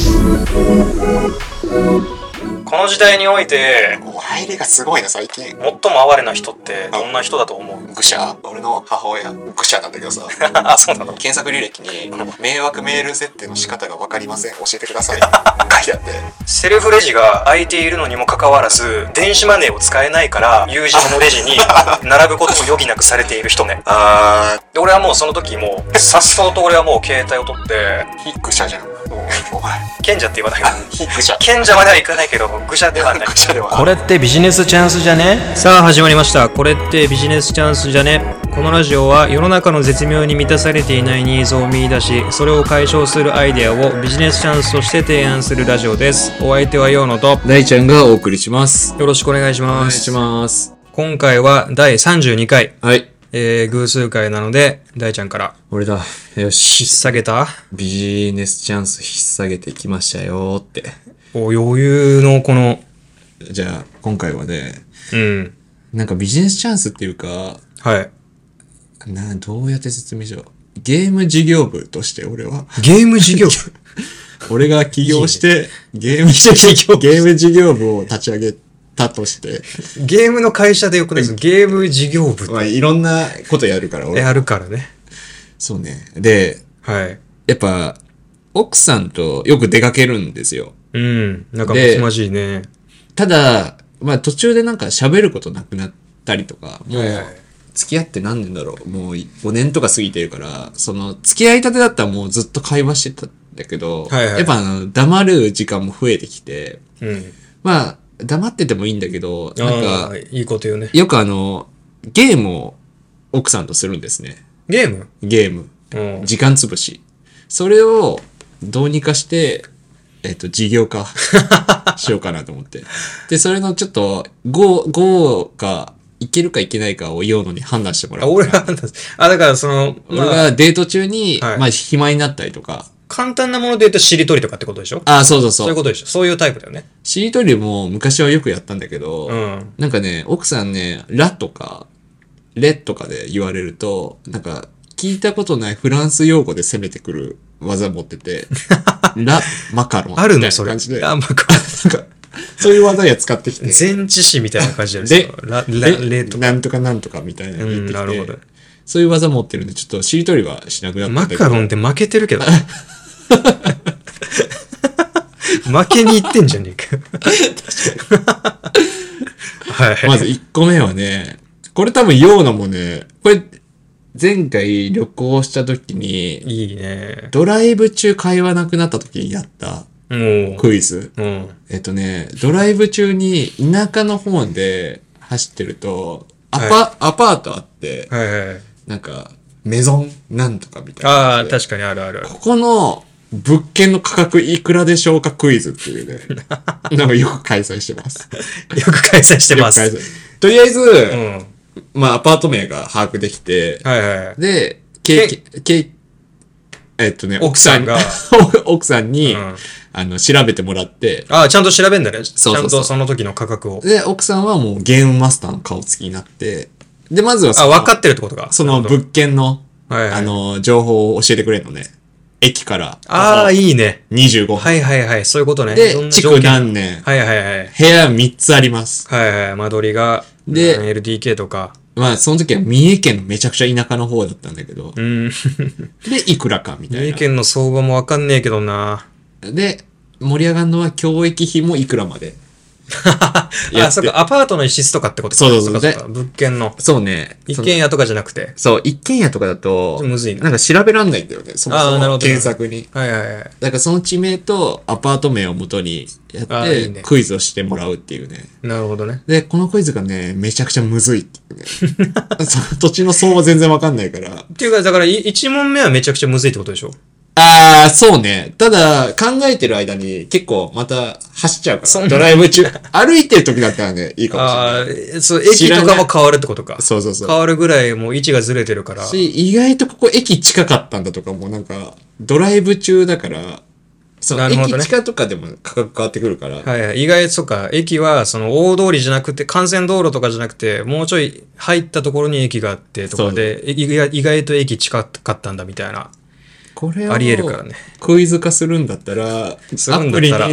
この時代において入りがすごいな最近。 最も哀れな人ってどんな人だと思う？ 愚者。俺の母親愚者なんだけどさあ、そうなの？ 検索履歴に迷惑メール設定の仕方が分かりません、教えてください書いてあって、 セルフレジが空いているのにもかかわらず電子マネーを使えないから友人のレジに並ぶことを余儀なくされている人ね。で俺はもうその時もうさっそうと俺はもう携帯を取って非愚者じゃん。お前賢者って言わないけど非愚者。 賢者まではいかないけど愚者ではない愚者では。 これってビジネスチャンスじゃね？さあ始まりました。これってビジネスチャンスじゃね？このラジオは世の中の絶妙に満たされていないニーズを見出し、それを解消するアイデアをビジネスチャンスとして提案するラジオです。お相手はヨーノと大ちゃんがお送りします。 よろしくお願いします。 お願いします。 今回は第32回。 はい。 偶数回なので、大ちゃんから。 俺だ。よし。 引っ提げた？ ビジネスチャンス引っ提げてきましたよって。 お、余裕のこの。 じゃあ、今回はね、 なんかビジネスチャンスっていうか、 はい。 どうやって説明しよう。ゲーム事業部として俺は。 ゲーム事業部俺が起業して、ゲーム事業部を立ち上げたとして。 ゲームの会社でよくないですか？ゲーム事業部。 まあ、いろんなことやるから、 俺。やるからね。 そうね。で、 はい。 やっぱ、奥さんとよく出かけるんですよ。 なんかつまじいね。 ただ、まあ途中でなんか喋ることなくなったりとか、もう、付き合って何年だろう、もう5年とか過ぎてるから、その、付き合いたてだったらもうずっと会話してたんだけど、やっぱ黙る時間も増えてきて、まあ、黙っててもいいんだけど、なんか、 いいこと言うね。 よくゲームを奥さんとするんですね。 ゲーム。 時間つぶし。それをどうにかして、事業化しようかなと思って。で、それのちょっと、5がいけるかいけないかを言うのに判断してもらう。 俺が判断する。だからその、 俺がデート中に、まあ、暇になったりとか。 簡単なもので言うとしりとりとかってことでしょ？ そうそうそう。 そういうことでしょ？そういうタイプだよね。 しりとりも昔はよくやったんだけど、なんかね、奥さんね、ラとか、レとかで言われると、なんか、聞いたことないフランス用語で攻めてくる技持ってて、ラ、マカロン。 あるのそれ。 ラ、マカロン。そういう技や使ってきて。 前置詞みたいな感じじゃないですか。レとか。 なんとかなんとかみたいなの言ってきて。 なるほど。 そういう技持ってるんで、ちょっとしりとりはしなくなったんだけど。 マカロンって負けてるけど。負けに行ってんじゃねえか。 はい。まず1個目はね、これ多分ヨーノもね、これ、前回旅行した時に、 いいね。 ドライブ中会話なくなった時にやったクイズ。ドライブ中に田舎の方で走ってると、アパートあって、なんか、メゾンなんとかみたいな。 確かにあるある。 ここの物件の価格いくらでしょうかクイズっていうね。なんかよく開催してます。 よく開催してます。 とりあえず、まあ、アパート名が把握できて、で、奥さんに、調べてもらって。 ちゃんと調べんだね。ちゃんとその時の価格を。 で、奥さんはもうゲームマスターの顔つきになって、で、まずは分かってるってことか。 その物件の、情報を教えてくれるのね。駅から。 いいね。 25分。 はい。そういうことね。 で、地区何年。部屋3つあります。間取りが。で、 LDK とか。 まあ、その時は三重県のめちゃくちゃ田舎の方だったんだけど。で、いくらかみたいな。 三重県の相場もわかんねえけどな。 で、盛り上がるのは教育費もいくらまで。 そうか、アパートの一室とかってことか。 そう。 物件の。 そうね。 一軒家とかじゃなくて。 そう、一軒家とかだと、 むずいな。 なんか調べらんないんだよね。そもそも検索に。 だからその地名とアパート名を元にやって、クイズをしてもらうっていうね。 なるほどね。 で、このクイズがね、めちゃくちゃむずいっていうね。その土地の相場全然わかんないから。 っていうか、だから1問目はめちゃくちゃむずいってことでしょ？ そうね。ただ、考えてる間に結構また走っちゃうから。ドライブ中。歩いてる時だったらね、いいかもしれない。 そう、駅とかも変わるってことか。 そう。 変わるぐらいもう位置がずれてるから。 意外とここ駅近かったんだとかもなんか、ドライブ中だから、駅近とかでも価格変わってくるから。 意外とそうか、駅はその大通りじゃなくて、幹線道路とかじゃなくて、もうちょい入ったところに駅があってとかで、意外と駅近かったんだみたいな。 これをあり得るからね。 クイズ化するんだったら、 するんアプリにだったら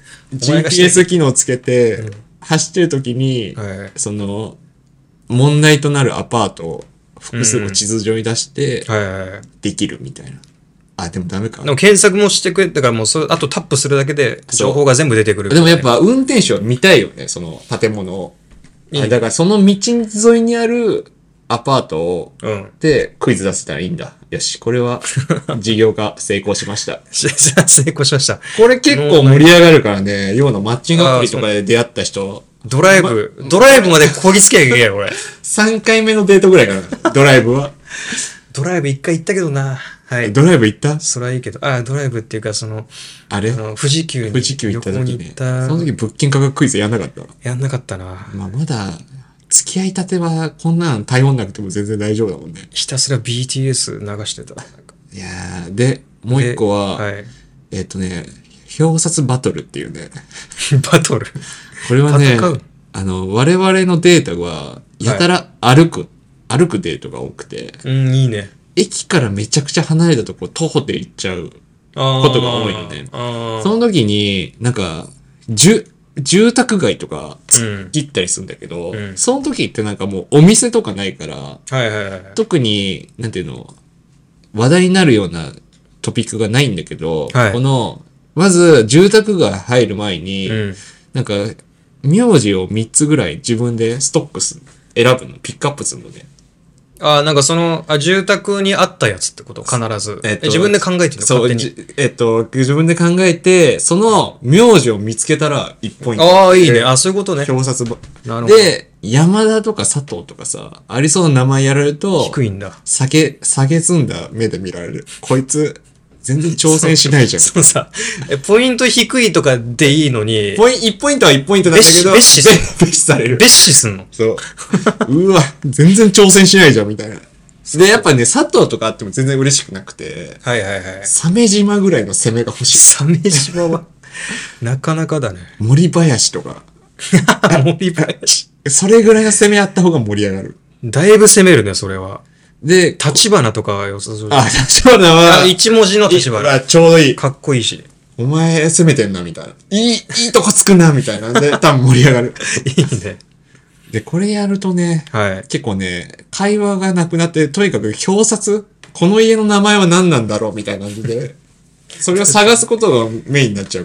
GPS 機能つけて、走ってる時に、 はいその、問題となるアパートを複数の地図上に出して、 はいはいはい。 できるみたいな。あ、でもダメかで。も検索もしてくれたからもうあとタップするだけで情報が全部出てくる。 でもやっぱ運転手は見たいよね、その建物を。あだからその道沿いにあるアパートを、 うん。 でクイズ出せたらいいんだ。よし、これは事業化成功しました。 成功しました。 これ結構盛り上がるからね、要はマッチングアプリとかで出会った人、 ドライブまでこぎつけなきゃいけないよ、俺。 3回目のデートぐらいかな、ドライブは。 ドライブ1回行ったけどな。はい。 ドライブ行った？ それはいいけど。ドライブっていうか、 あれ富士急に富士急行った旅行時ね。 に行った。 その時物件価格クイズやんなかった？ やんなかったな。 まだ、付き合いたてはこんなん対応なくても全然大丈夫だもんね。 ひたすら BTS 流してた。なんかいやー、で、もう一個は、 はい。 表札バトルっていうね。 バトル。 これはね戦う、 我々のデータは、やたら歩くデートが多くて、 うん、いいね。 駅からめちゃくちゃ離れたとこ徒歩で行っちゃうこことが多いのね。 あその時に、なんか、住宅街とかうん。 切ったりするんだけど、 うんその時ってなんかもうお店とかないから、 はいはいはい。 特に、なんていうの、話題になるようなトピックがないんだけど、 はいこの、まず住宅街入る前に、 うん。 なんか、名字を3つぐらい自分でストック選ぶの、ピックアップするのね。 なんか住宅にあったやつってこと必ず。自分で考えてるのそう、 勝手に。 自分で考えて、その名字を見つけたら1ポイント。 ああ、いいね。そういうことね。 表札ばなるほど。 で、山田とか佐藤とかさ、ありそうな名前やられると、 低いんだ。 下げ積んだ目で見られる。こいつ、全然挑戦しないじゃん。 そうさ、ポイント低いとかでいいのに、 1ポイントは1ポイントなんだけど、 蔑視蔑視される。 蔑視すんの。 そう。うわ、全然挑戦しないじゃん、みたいな。で、やっぱね、佐藤とかあっても全然嬉しくなくて、 はいはいはい。 鮫島ぐらいの攻めが欲しい。 鮫島は、なかなかだね。 森林とか。 森林。 それぐらいの攻めあった方が盛り上がる。 だいぶ攻めるね、それは。 で、 立花とかは良さそう。 立花は、 一文字の立花。 ちょうどいい。 かっこいいし。 お前攻めてんな、みたいな。いいとこつくな、みたいなんで、多分盛り上がる。 いいね。 で、これやるとね、 はい。 結構ね、会話がなくなって、とにかく表札この家の名前は何なんだろうみたいな感じで、それを探すことがメインになっちゃうから。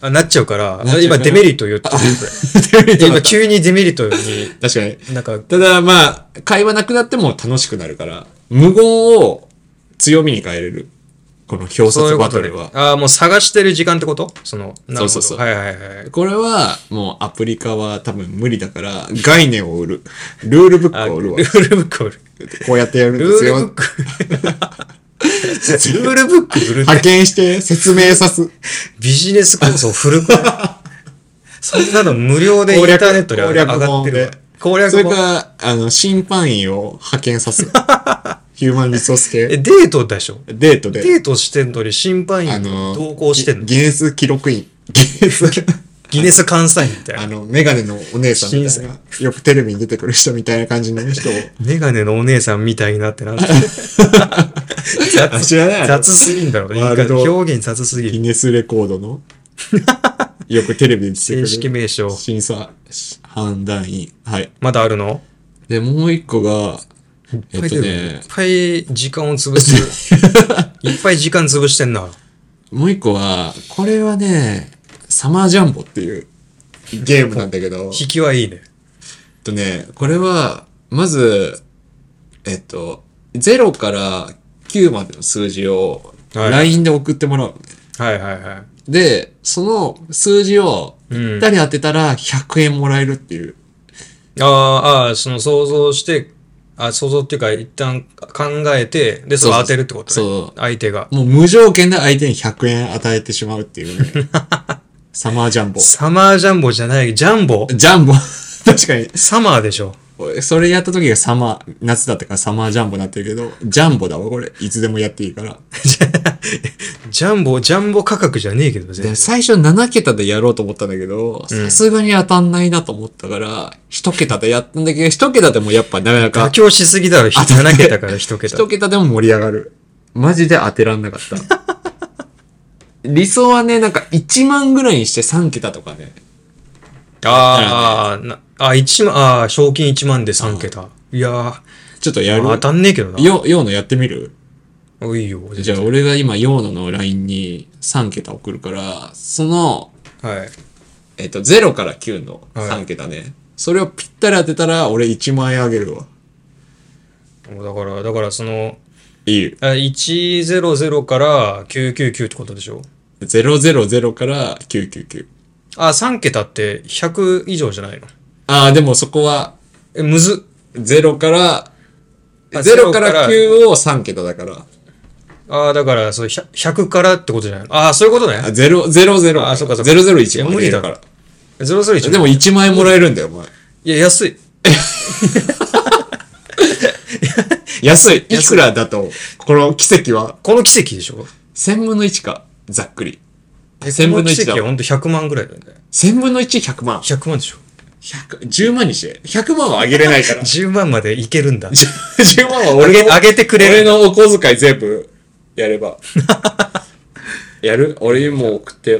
なっちゃうからなっちゃうから今デメリット言ってる。今急にデメリットに、 確かに。 なんか、 ただまあ、会話なくなっても楽しくなるから、無言を強みに変えれる。この表札バトルは。 もう探してる時間ってことなるほど。 そうそうはいはいはい。 これは、もうアプリ化は多分無理だから、概念を売る。ルールブックを売るわ。 ルールブック売る。 こうやってやるんルですよ。 ールブック。ルールブック売るね。 派遣して説明さす。 ビジネスコースを振るか。そんなの無料でインターネットで上がってるわ。攻略それ本。 か、審判員を派遣さす。ヒューマンリソース系。 デートでしょデートで。 デートしてんのに審判員と同行してんのギネス記録員。 ギネス監査員みたいな。 メガネのお姉さんみたいな。よくテレビに出てくる人みたいな感じの人を。 メガネのお姉さんみたいなってなって知らない雑すぎんだろうね。 ワールド表現雑すぎる。 ギネスレコードの。よくテレビに出てく正る。 式名称。 審査判断員。はい。 まだあるので、もう一個が、 いっぱい時間を潰す。いっぱい時間潰してんな。 もう一個は、これはね、サマージャンボっていうゲームなんだけど、 引きはいいね。 これは、まず、0から9までの数字をはい LINE で送ってもらうのね。 はいはいはい。 で、その数字をぴったり当てたら100円もらえるっていう。 その想像して、想像っていうか一旦考えて、で、それを当てるってことね。 そう相手が。 もう無条件で相手に100円与えてしまうっていうね。サマージャンボ。 サマージャンボじゃない、ジャンボジャンボ。確かに。 サマーでしょ。 それやった時が夏だったからサマージャンボになってるけど、ジャンボだわ、これ。いつでもやっていいから。 ジャンボ価格じゃねえけど、全で、 然。 最初7桁でやろうと思ったんだけど、さすがに当たんないなと思ったから、1桁でやったんだけど、1桁でもやっぱなかなか妥、協しすぎだろ、7桁から1桁。 1桁でも盛り上がる。 マジで当てらんなかった。理想はね、なんか1万ぐらいにして3桁とかね。 1万、賞金1万で3桁。いやー。 ちょっとやる？ 当たんねえけどな。 ヨーノやってみる？ いいよ。 じゃあ俺が今ヨーノの LINE に3桁送るから、その、 はい。 0から9の3桁ね。はい、それをぴったり当てたら俺1万円あげるわ。 だからその、 いい。 100から999ってことでしょ？ 000 から999。 3桁って100以上じゃないの？ でもそこは、 むずっ。 0から9を3桁だから。 だから、100からってことじゃないの？そういうことね。 00。 そうか。 001。 いや、無理だから。001。 でも1万円もらえるんだよ、お前。 いや、安い。 安い。いくらだと、この奇跡は。 この奇跡でしょ？ 1000 分の1か。ざっくり。 1000分の1だ。この奇跡はほんと100万ぐらいだよね。 1000分の1、100万。 100万でしょ。 10万にして。100万はあげれないから。 10万までいけるんだ。 10万は俺あげてくれる。 俺のお小遣い全部やれば。やる？俺にもう送ってよ。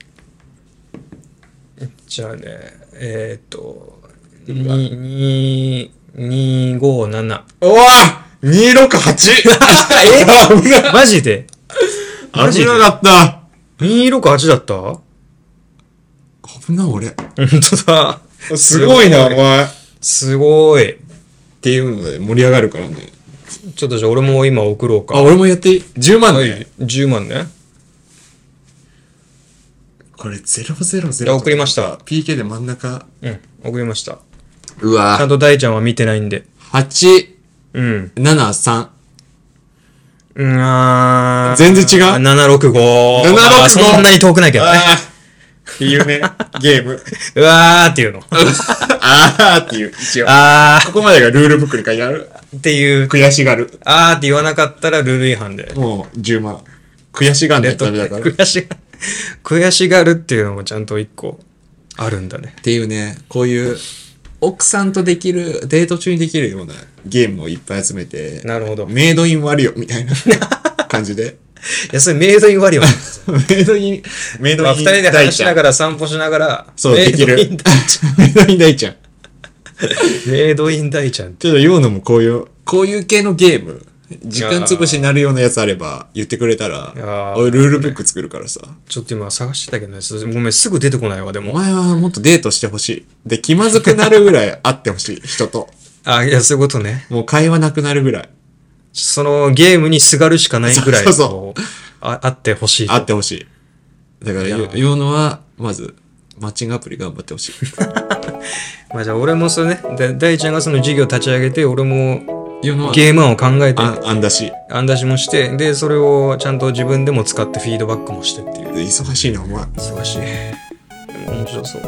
じゃあね、257。 おわ !268! マジで危なかった。 268だった？ 危な、俺。 ほんとだ。 すごいな、お前。 すごい。 っていうので盛り上がるからね。 ちょっとじゃあ俺も今送ろうか。 俺もやっていい？ 10 万ね。 はい、10万ね。 これ000。 送りました。 PK で真ん中。 送りました。 うわちゃんと大ちゃんは見てないんで。 8、 7、 3。 全然違う ?765。 765。 そんなに遠くないけどね。 っていうね、ゲーム。 うわーっていうの。 っていう、一応。ここまでがルールブックに書いてある。 っていう。 悔しがる。 って言わなかったらルール違反で。 もう10万。悔しがんないとダメだから。 悔しがるっていうのもちゃんと一個あるんだね。 っていうね、こういう奥さんとできる、デート中にできるようなゲームをいっぱい集めて。 なるほど。 メイドインワリオみたいな感じで。 いや、それメイドインワリオ。 メイドイン二人で話しながら散歩しながら。 そう、できる。メイドイン大ちゃん。 メイドイン大ちゃん。 ちょっとヨーノもこういう系のゲーム、時間潰しになるようなやつあれば言ってくれたら、俺ルールブック作るからさ。 ちょっと今探してたけどね。ごめん、すぐ出てこないわ、でも。 お前はもっとデートしてほしい。で、気まずくなるぐらい会ってほしい、人と。 いや、そういうことね。 もう会話なくなるぐらい。 そのゲームにすがるしかないぐらい。 そうあってほしい。 あってほしい。だから、ヨーノは、まず、マッチングアプリ頑張ってほしい。 まあじゃあ俺もそれね、大ちゃんがその授業立ち上げて、俺もゲーム案を考えて、 案出しもして、で、それをちゃんと自分でも使ってフィードバックもしてっていう。 忙しいな、お前。 忙しい。面白そう。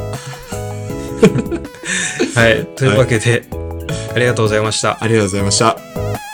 はい。というわけで、ありがとうございました。 ありがとうございました。